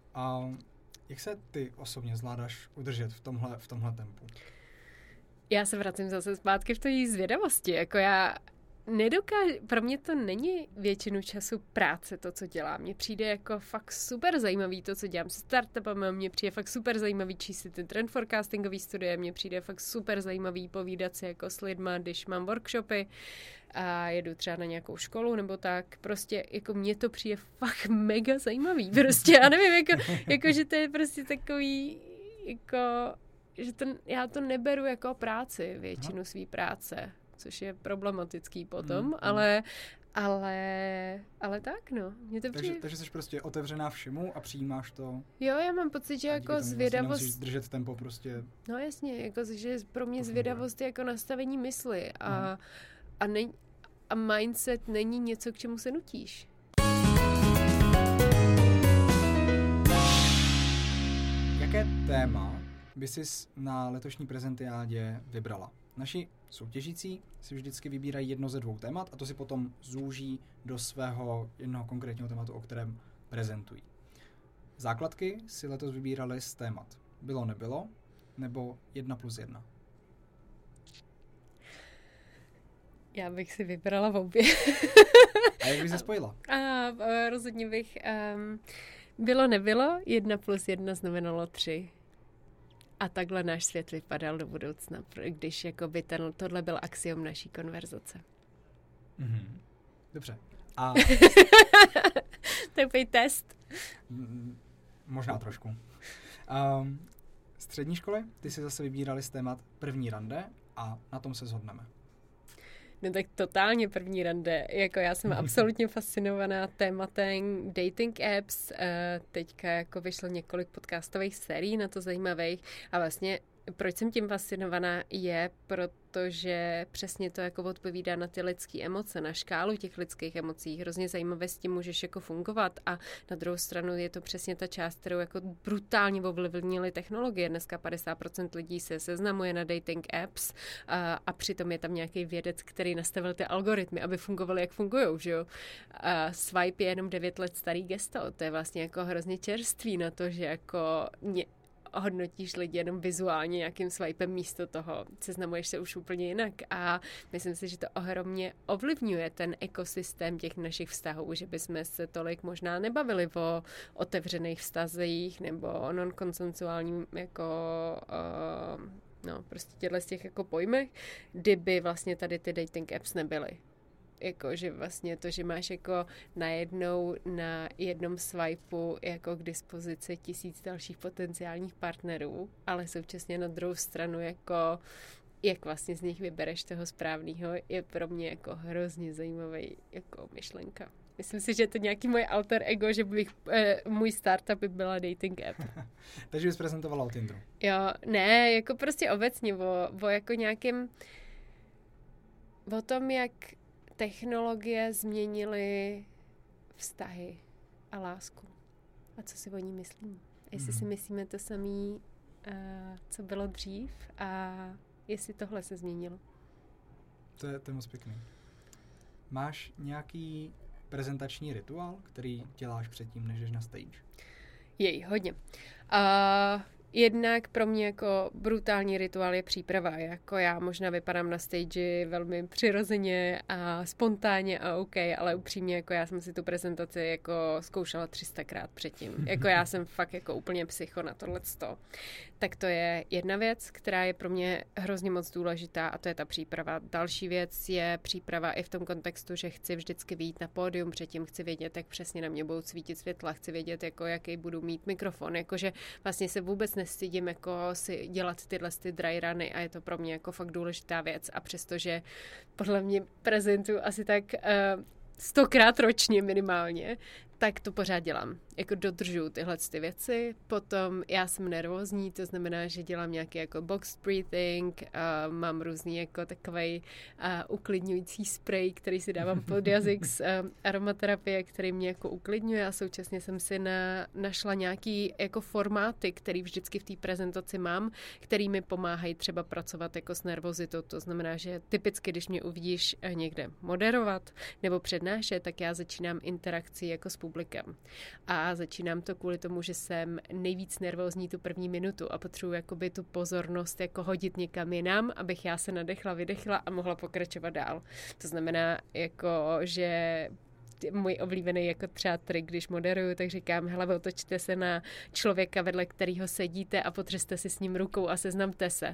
Jak se ty osobně zvládáš udržet v tomhle tempu? Já se vracím zase zpátky v té zvědavosti. Jako já nedokážu, pro mě to není většinu času práce to, co dělám. Mně přijde jako fakt super zajímavý to, co dělám se startupama, mně přijde fakt super zajímavý číst si ty trend forecastingový studie, mně přijde fakt super zajímavý povídat si jako s lidma, když mám workshopy a jedu třeba na nějakou školu nebo tak. Prostě jako mně to přijde fakt mega zajímavý. Prostě já nevím, jako že to je prostě takový jako, že já to neberu jako práci, většinu své práce, což je problematický potom, ale tak, no. Mě to takže jsi prostě otevřená všemu a přijímáš to. Jo, já mám pocit, že jako zvědavost... Vlastně nemusíš držet tempo prostě. No jasně, jako, že pro mě zvědavost je jako nastavení mysli a mindset není něco, k čemu se nutíš. Jaké téma by sis na letošní prezentiádě vybrala? Naši soutěžící si vždycky vybírají jedno ze 2 témat a to si potom zúží do svého jednoho konkrétního tématu, o kterém prezentují. Základky si letos vybírali z témat bylo, nebylo, nebo 1+1? Já bych si vybrala v obě. A jak bys se spojila? Rozhodně bych bylo, nebylo, 1+1 znamenalo 3. A takhle náš svět vypadal do budoucna, když jakoby tohle byl axiom naší konverzace. Dobře. A... Takový test. Možná trošku. Střední školy, ty si zase vybírali z témat první rande a na tom se shodneme. No tak totálně první rande. Jako já jsem absolutně fascinovaná tématem dating apps. Teďka jako vyšlo několik podcastových sérií na to zajímavých a vlastně proč jsem tím fascinovaná, je protože přesně to jako odpovídá na ty lidské emoce, na škálu těch lidských emocí. Hrozně zajímavé s tím můžeš jako fungovat a na druhou stranu je to přesně ta část, kterou jako brutálně ovlivnily technologie. Dneska 50% lidí se seznamuje na dating apps a přitom je tam nějaký vědec, který nastavil ty algoritmy, aby fungovaly, jak fungujou, že jo. Swipe je jenom 9 let starý gesto, to je vlastně jako hrozně čerství na to, že jako hodnotíš lidi jenom vizuálně nějakým swipem místo toho. Seznamuješ se už úplně jinak a myslím si, že to ohromně ovlivňuje ten ekosystém těch našich vztahů, že bychom se tolik možná nebavili o otevřených vztazích nebo o non-konsensuálním jako prostě těchto z těch jako pojmech, kdyby vlastně tady ty dating apps nebyly. Jako, že vlastně to, že máš jako najednou na jednom swipeu jako k dispozici 1000 dalších potenciálních partnerů, ale současně na druhou stranu jako jak vlastně z nich vybereš toho správného, je pro mě jako hrozně zajímavý jako myšlenka. Myslím si, že je to nějaký můj alter ego, že můj startup by byla dating app. Takže bys prezentovala o Tinderu. Jo, ne, jako prostě obecně o jako nějakým o tom, jak technologie změnily vztahy a lásku. A co si o ní myslíme? Jestli si myslíme to samé, co bylo dřív a jestli tohle se změnilo. To je moc pěkný. Máš nějaký prezentační rituál, který děláš předtím, než jdeš na stage? Jej, hodně. Jednak pro mě jako brutální rituál je příprava. Jako já možná vypadám na stage velmi přirozeně a spontánně a OK, ale upřímně jako já jsem si tu prezentaci jako zkoušela 300krát předtím. Jako já jsem fakt jako úplně psycho na tohleto. Tak to je jedna věc, která je pro mě hrozně moc důležitá a to je ta příprava. Další věc je příprava i v tom kontextu, že chci vždycky vyjít na pódium, předtím chci vědět, jak přesně na mě budou svítit světla, chci vědět, jako jaký budu mít mikrofon, jakože vlastně se vůbec nestydím jako si dělat tyhle dry runy a je to pro mě jako fakt důležitá věc a přestože podle mě prezentuju asi tak 100krát ročně minimálně, tak to pořád dělám. Jako dodržuju tyhle ty věci. Potom já jsem nervózní, to znamená, že dělám nějaký jako box breathing, mám různý jako takovej uklidňující spray, který si dávám pod jazyk z aromaterapie, který mě jako uklidňuje a současně jsem si našla nějaký jako formáty, který vždycky v té prezentaci mám, který mi pomáhají třeba pracovat jako s nervozitou. To znamená, že typicky, když mě uvidíš někde moderovat nebo přednášet, tak já začínám interakci jako s publikem. A začínám to kvůli tomu, že jsem nejvíc nervózní tu první minutu a potřebuji jakoby tu pozornost jako hodit někam jinam, abych já se nadechla, vydechla a mohla pokračovat dál. To znamená, jako, že můj oblíbený jako třeba trik, když moderuju, tak říkám, hele, otočte se na člověka, vedle kterého sedíte a potřeste si s ním rukou a seznamte se.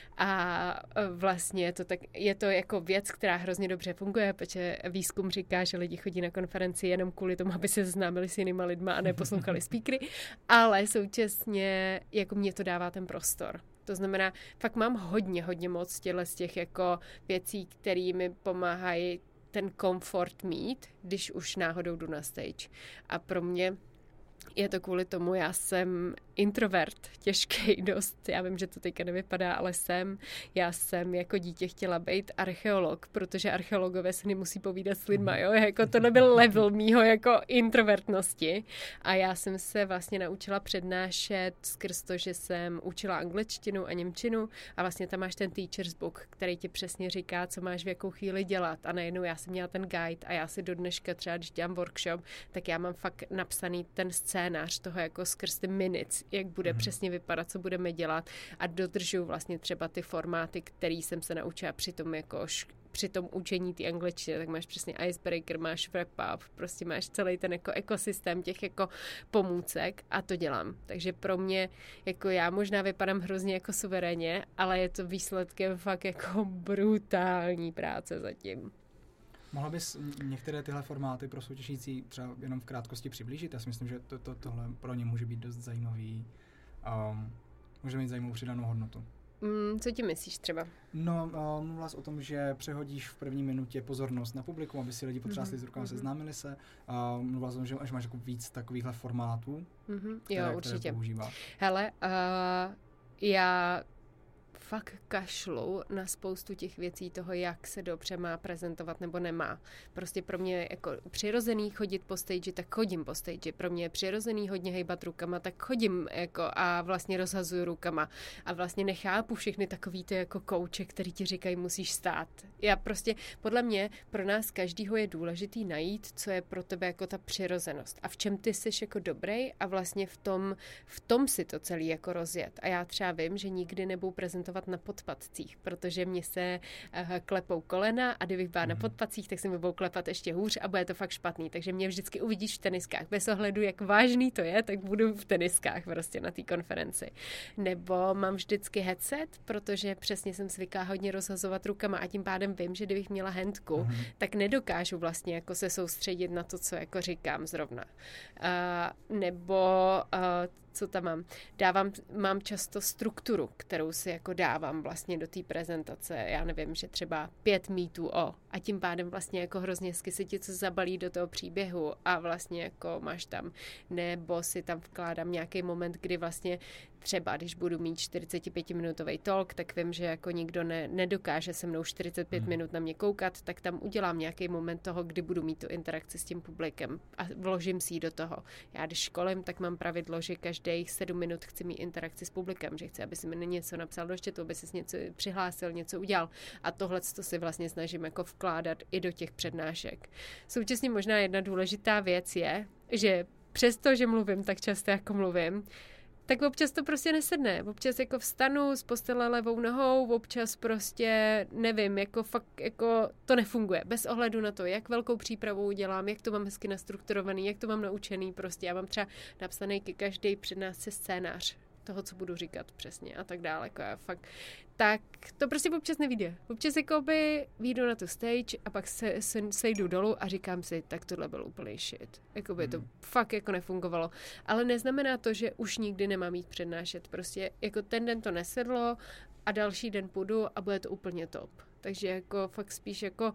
A vlastně je to jako věc, která hrozně dobře funguje, protože výzkum říká, že lidi chodí na konferenci jenom kvůli tomu, aby se seznámili s jinýma lidma a neposlouchali speakery, ale současně jako mě to dává ten prostor. To znamená, fakt mám hodně moc z těch jako věcí, které mi pomáhají ten komfort mít, když už náhodou jdu na stage. A pro mě je to kvůli tomu, já jsem introvert, těžký dost, já vím, že to teďka nevypadá, ale já jsem jako dítě chtěla být archeolog, protože archeologové se nemusí povídat s lidma, jo, jako tohle byl level mýho jako introvertnosti a já jsem se vlastně naučila přednášet skrz to, že jsem učila angličtinu a němčinu a vlastně tam máš ten teacher's book, který ti přesně říká, co máš v jakou chvíli dělat a najednou já jsem měla ten guide a já si do dneška třeba, když dělám workshop, tak já mám fakt napsaný ten scénář toho jako skrz ty minutes, jak bude přesně vypadat, co budeme dělat a dodržuju vlastně třeba ty formáty, který jsem se naučila při tom učení té angličtiny, tak máš přesně icebreaker, máš wrap up, prostě máš celý ten jako ekosystém těch jako pomůcek a to dělám. Takže pro mě, jako já možná vypadám hrozně jako suverénně, ale je to výsledkem fakt jako brutální práce zatím. Mohla bys některé tyhle formáty pro soutěžící třeba jenom v krátkosti přiblížit? Já si myslím, že tohle pro ně může být dost zajímavý. Může mít zajímavou přidanou hodnotu. Co ti myslíš třeba? No, mluvila jsi o tom, že přehodíš v první minutě pozornost na publikum, aby si lidi potřásli s rukama, seznámili se. Mluvila jsi o tom, že máš jako víc takovýchhle formátů, Jo, určitě. používáš. Hele, já fakt kašlu na spoustu těch věcí toho, jak se dobře má prezentovat nebo nemá. Prostě pro mě je jako přirozený chodit po stage, tak chodím po stage. Pro mě je přirozený hodně hejbat rukama, tak chodím jako a vlastně rozhazuju rukama. A vlastně nechápu všechny takový ty jako kouče, který ti říkají, musíš stát. Já prostě, podle mě, pro nás každýho je důležitý najít, co je pro tebe jako ta přirozenost. A v čem ty jsi jako dobrý a vlastně v tom si to celý jako rozjet. A já třeba vím, že nikdy nebudu prezentovat na podpatcích, protože mě se klepou kolena a kdybych byla na podpatcích, tak se mi budou klepat ještě hůř a bude to fakt špatný. Takže mě vždycky uvidíš v teniskách. Bez ohledu, jak vážný to je, tak budu v teniskách prostě na té konferenci. Nebo mám vždycky headset, protože přesně jsem zvyklá hodně rozhazovat rukama a tím pádem vím, že kdybych měla handku, tak nedokážu vlastně jako se soustředit na to, co jako říkám zrovna. Co tam mám? Mám často strukturu, kterou si jako dávám vlastně do té prezentace. Já nevím, že třeba 5 mýtů a tím pádem vlastně jako hrozně hezky se ti co zabalí do toho příběhu a vlastně jako máš tam, nebo si tam vkládám nějaký moment, kdy vlastně třeba, když budu mít 45-minutový talk, tak vím, že jako nikdo nedokáže se mnou 45 minut na mě koukat, tak tam udělám nějaký moment toho, kdy budu mít tu interakci s tím publikem a vložím si ji do toho. Já když školím, tak mám pravidlo, že každých 7 minut chci mít interakci s publikem, že chci, aby si mi něco napsal do chatu, aby si něco přihlásil, něco udělal. A tohle to si vlastně snažím jako vkládat i do těch přednášek. Současně možná jedna důležitá věc je, že přesto, že mluvím tak často, jako mluvím, tak občas to prostě nesedne. Občas jako vstanu z postele levou nohou, občas prostě nevím, jako fakt jako to nefunguje. Bez ohledu na to, jak velkou přípravu udělám, jak to mám hezky nastrukturovaný, jak to mám naučený prostě. Já mám třeba napsaný ke každý přednášce scénář toho, co budu říkat přesně a tak dále. Jako já fakt, tak to prostě občas nevíde. Občas jakoby vyjdu na tu stage a pak se sejdu dolů a říkám si, tak tohle byl úplný shit. Jakoby to fakt jako nefungovalo. Ale neznamená to, že už nikdy nemám jít přednášet. Prostě jako ten den to nesedlo a další den půjdu a bude to úplně top. Takže jako fakt spíš jako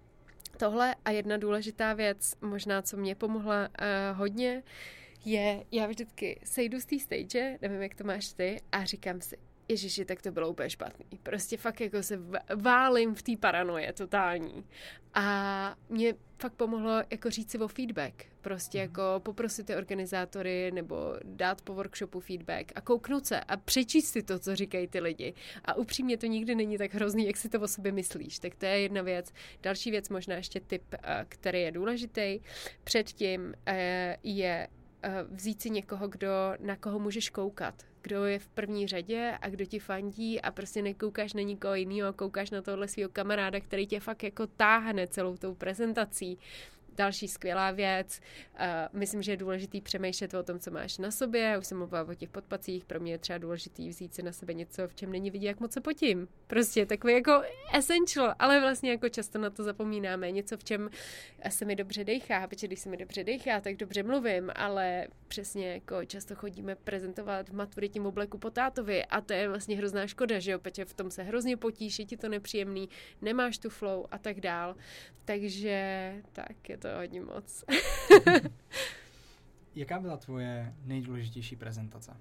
tohle a jedna důležitá věc, možná co mě pomohla hodně, je, já vždycky sejdu z té stage, nevím, jak to máš ty, a říkám si, ježiši, tak to bylo úplně špatný. Prostě fakt jako se válím v té paranoje totální. A mě fakt pomohlo jako říct si o feedback. Prostě jako poprosit ty organizátory nebo dát po workshopu feedback a kouknout se a přečíst si to, co říkají ty lidi. A upřímně to nikdy není tak hrozný, jak si to o sobě myslíš. Tak to je jedna věc. Další věc, možná ještě tip, který je důležitý. Předtím je vzít si někoho, na koho můžeš koukat. Kdo je v první řadě a kdo ti fandí a prostě nekoukáš na nikoho jiného, koukáš na tohle svého kamaráda, který tě fakt jako táhne celou tou prezentací. Další skvělá věc. Myslím, že je důležitý přemýšlet o tom, co máš na sobě. Už jsem mluvila o těch podpacích. Pro mě je třeba důležitý vzít si na sebe něco, v čem není vidět, jak moc se potím. Prostě takový jako essential, ale vlastně jako často na to zapomínáme. Něco, v čem se mi dobře dejchá, protože když se mi dobře dejchá, tak dobře mluvím, ale přesně jako často chodíme prezentovat v maturitním obleku po tátovi a to je vlastně hrozná škoda, že jo, protože v tom se hrozně potíš, je ti to nepříjemný, nemáš tu flow a tak dál. Takže tak je to hodně moc. Jaká byla tvoje nejdůležitější prezentace?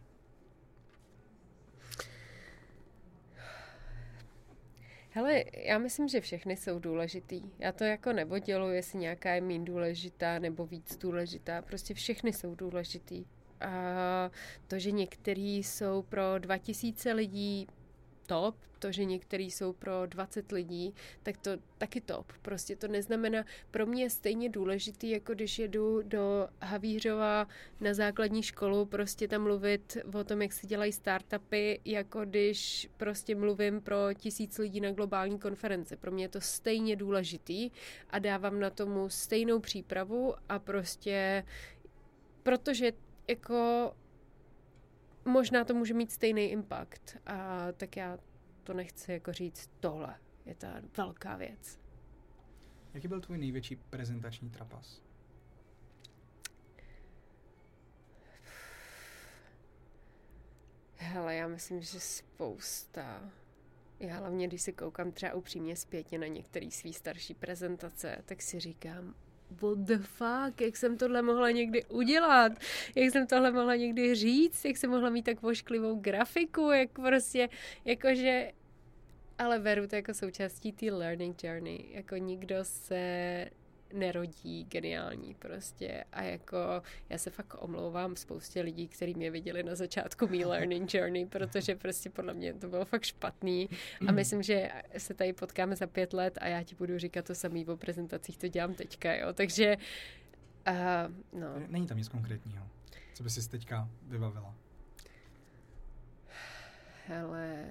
Hele, já myslím, že všechny jsou důležitý. Já to jako neodděluji, jestli nějaká je méně důležitá nebo víc důležitá. Prostě všechny jsou důležitý. A to, že některý jsou pro 2000 lidí top, to, že některý jsou pro 20 lidí, tak to taky top. Prostě to neznamená, pro mě je stejně důležitý, jako když jedu do Havířova na základní školu, prostě tam mluvit o tom, jak se dělají startupy, jako když prostě mluvím pro 1000 lidí na globální konferenci. Pro mě je to stejně důležitý a dávám na tomu stejnou přípravu a prostě, protože jako možná to může mít stejný impact a tak já to nechci jako říct, tohle je ta velká věc. Jaký byl tvůj největší prezentační trapas? Hele, já myslím, že spousta. Já hlavně, když se koukám třeba upřímně zpětně na některé svý starší prezentace, tak si říkám, what the fuck, jak jsem tohle mohla někdy udělat, jak jsem tohle mohla někdy říct, jak jsem mohla mít tak vošklivou grafiku, jak prostě, jakože ale beru to jako součástí té learning journey. Jako nikdo se nerodí geniální prostě a jako já se fakt omlouvám spoustě lidí, kteří mě viděli na začátku mý learning journey, protože prostě podle mě to bylo fakt špatný a myslím, že se tady potkáme za 5 let a já ti budu říkat to samý o prezentacích, to dělám teďka, jo, takže no. Není tam nic konkrétního, co by si teďka vybavila? Hele,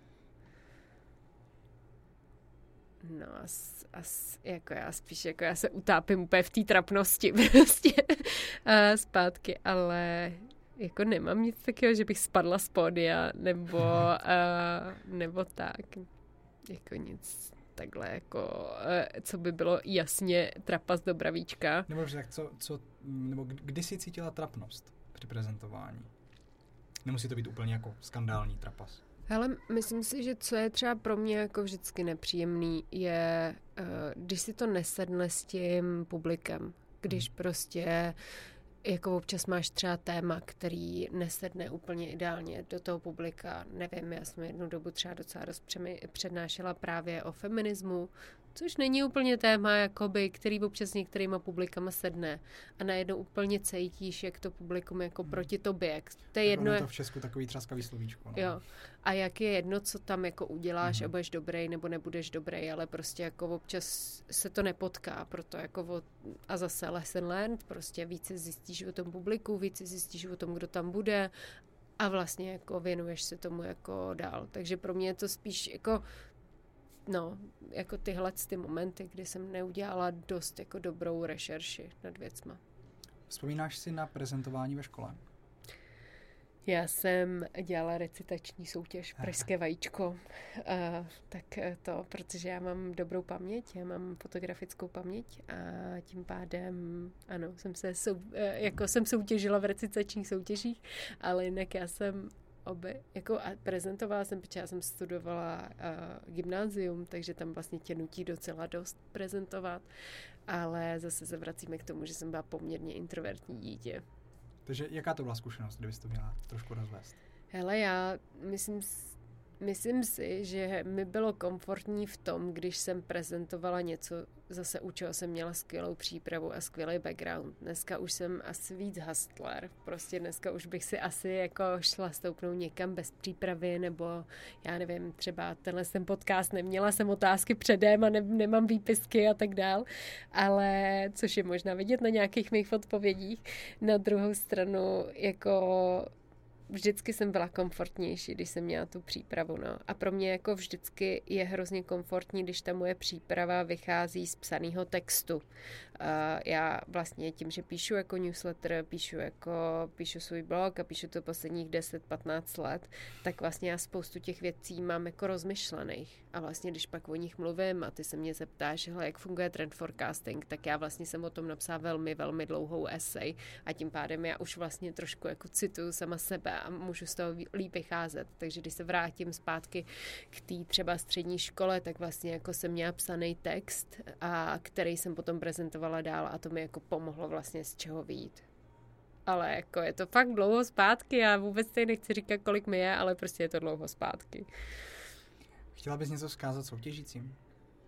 no jako já spíš jako já se utápím úplně v té trapnosti prostě zpátky, ale jako nemám nic takového, že bych spadla z pódia nebo tak, jako nic takhle jako, co by bylo jasně trapas do bravíčka. Nebo tak nebo kdy jsi cítila trapnost při prezentování? Nemusí to být úplně jako skandální trapas. Hele, myslím si, že co je třeba pro mě jako vždycky nepříjemný, je, když si to nesedne s tím publikem. Když prostě jako občas máš třeba téma, který nesedne úplně ideálně do toho publika. Nevím, já jsem jednu dobu třeba docela dost přednášela právě o feminismu, což není úplně téma, jakoby, který občas s některýma publikama sedne. A najednou úplně cítíš, jak to publikum jako proti tobě. To je jedno, je to v Česku takový třaskavý slovíčko. No. Jo. A jak je jedno, co tam jako uděláš a budeš dobrý nebo nebudeš dobrý, ale prostě jako občas se to nepotká, proto jako a zase lesson learned, prostě více zjistíš o tom publiku, více zjistíš o tom, kdo tam bude a vlastně jako věnuješ se tomu jako dál. Takže pro mě je to spíš jako jako tyhle ty momenty, kdy jsem neudělala dost jako dobrou rešerši nad věcma. Vzpomínáš si na prezentování ve škole? Já jsem dělala recitační soutěž Pražské vajíčko, tak to, protože já mám dobrou paměť, já mám fotografickou paměť a tím pádem, ano, jsem soutěžila v recitačních soutěžích, ale jinak já jsem a prezentovala jsem, protože já jsem studovala gymnázium, takže tam vlastně tě nutí docela dost prezentovat, ale zase se vracíme k tomu, že jsem byla poměrně introvertní dítě. Takže jaká to byla zkušenost, kdybyste to měla trošku rozvést? Hele, já myslím si, že mi bylo komfortní v tom, když jsem prezentovala něco, zase u čeho jsem měla skvělou přípravu a skvělý background. Dneska už jsem asi víc hustler. Prostě dneska už bych si asi jako šla stoupnout někam bez přípravy, nebo já nevím, třeba ten podcast neměla jsem otázky předem a nemám výpisky a tak dál, ale což je možná vidět na nějakých mých odpovědích. Na druhou stranu jako vždycky jsem byla komfortnější, když jsem měla tu přípravu, no. A pro mě jako vždycky je hrozně komfortní, když ta moje příprava vychází z psaného textu. Já vlastně tím, že píšu jako newsletter, píšu svůj blog a píšu to posledních 10-15 let, tak vlastně já spoustu těch věcí mám jako rozmyšlených. A vlastně, když pak o nich mluvím a ty se mě zeptáš, jak funguje trend forecasting, tak já vlastně jsem o tom napsala velmi, velmi dlouhou essay a tím pádem já už vlastně trošku jako cituju sama sebe a můžu z toho líp vycházet. Takže když se vrátím zpátky k té třeba střední škole, tak vlastně jako jsem měla psaný text, a který jsem potom prezentovala dál a to mi jako pomohlo vlastně z čeho vyjít. Ale jako je to fakt dlouho zpátky a vůbec tady nechci říkat, kolik mi je, ale prostě je to dlouho zpátky. Chtěla bys něco vzkázat soutěžícím?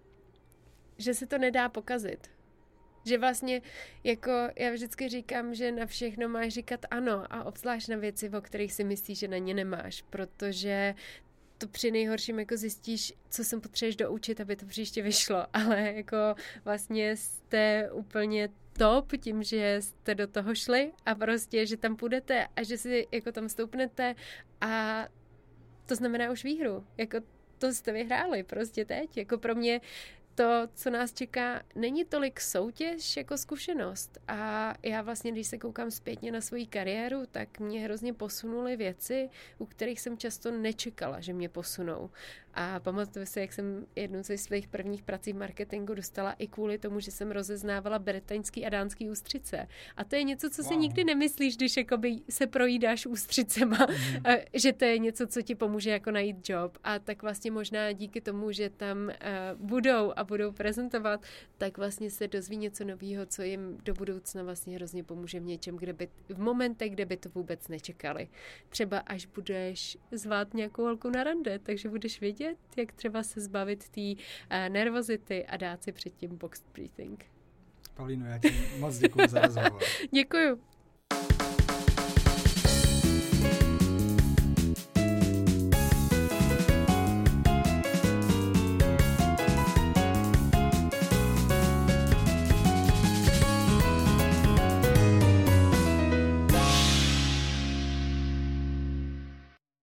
Že se to nedá pokazit. Že vlastně, jako já vždycky říkám, že na všechno máš říkat ano a obzvlášť na věci, o kterých si myslíš, že na ně nemáš, protože to při nejhorším jako zjistíš, co jsem potřebuješ doučit, aby to příště vyšlo, ale jako vlastně jste úplně top tím, že jste do toho šli a prostě, že tam půjdete a že si jako tam stoupnete a to znamená už výhru, jako to jste vyhráli prostě teď, jako pro mě to, co nás čeká, není tolik soutěž jako zkušenost. A já vlastně, když se koukám zpětně na svoji kariéru, tak mě hrozně posunuly věci, u kterých jsem často nečekala, že mě posunou. A pamatuju si, jak jsem jednu ze svých prvních prací v marketingu dostala i kvůli tomu, že jsem rozeznávala bretaňský a dánský ústřice. A to je něco, co si nikdy nemyslíš, když jakoby se projídáš ústřicema, že to je něco, co ti pomůže jako najít job. A tak vlastně možná díky tomu, že tam budou prezentovat, tak vlastně se dozví něco nového, co jim do budoucna vlastně hrozně pomůže v něčem, v momentech, kde by to vůbec nečekali. Třeba až budeš zvát nějakou holku na rande, takže budeš vědět, vědět, jak třeba se zbavit té nervozity a dát si předtím boxed breathing. Pavlíno, já ti moc děkuju za rozhovor. Děkuju.